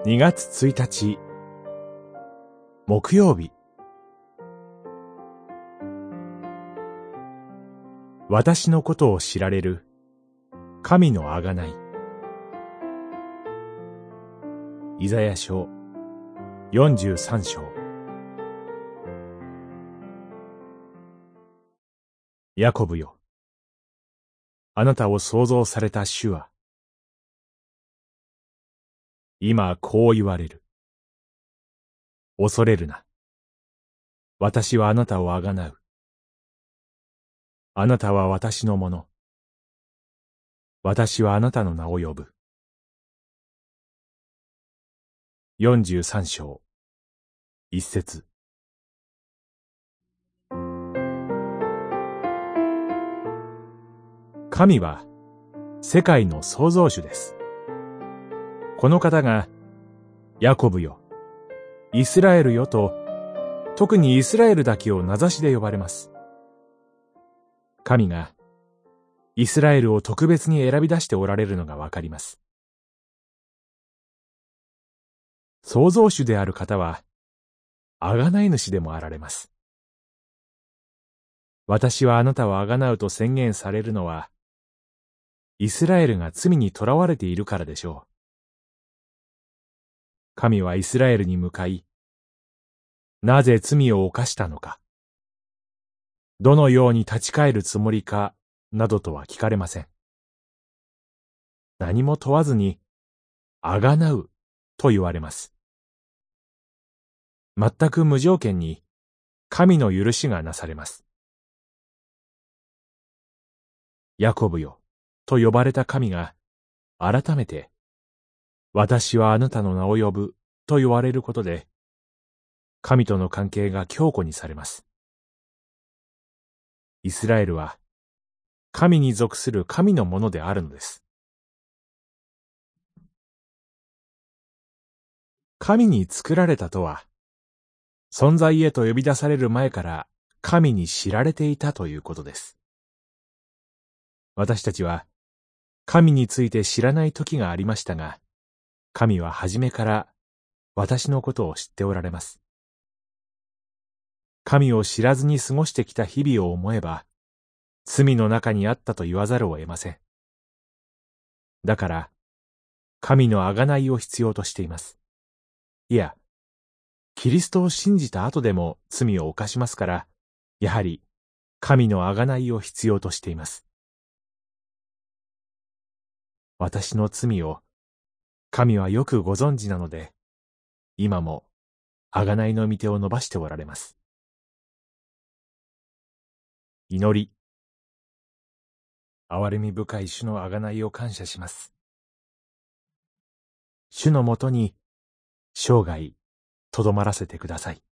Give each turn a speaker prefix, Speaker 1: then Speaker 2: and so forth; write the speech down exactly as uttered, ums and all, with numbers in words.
Speaker 1: にがつついたち木曜日。私のことを知られる神のあがない。イザヤ書よんじゅうさん章。ヤコブよ、あなたを創造された主は今こう言われる。恐れるな。私はあなたをあがなう。あなたは私のもの。私はあなたの名を呼ぶ。よんじゅうさん章一節。神は世界の創造主です。この方がヤコブよ、イスラエルよと、特にイスラエルだけを名指しで呼ばれます。神がイスラエルを特別に選び出しておられるのがわかります。創造主である方は贖い主でもあられます。私はあなたを贖うと宣言されるのは、イスラエルが罪に囚われているからでしょう。神はイスラエルに向かい、なぜ罪を犯したのか、どのように立ち返るつもりか、などとは聞かれません。何も問わずに、あがなうと言われます。全く無条件に、神の許しがなされます。ヤコブよ、と呼ばれた神が、改めて、私はあなたの名を呼ぶと言われることで、神との関係が強固にされます。イスラエルは、神に属する神のものであるのです。神に作られたとは、存在へと呼び出される前から神に知られていたということです。私たちは、神について知らない時がありましたが、神は初めから私のことを知っておられます。神を知らずに過ごしてきた日々を思えば、罪の中にあったと言わざるを得ません。だから、神の贖いを必要としています。いや、キリストを信じた後でも罪を犯しますから、やはり神の贖いを必要としています。私の罪を神はよくご存知なので、今も贖いの御手を伸ばしておられます。祈り。憐れみ深い主の贖いを感謝します。主のもとに生涯とどまらせてください。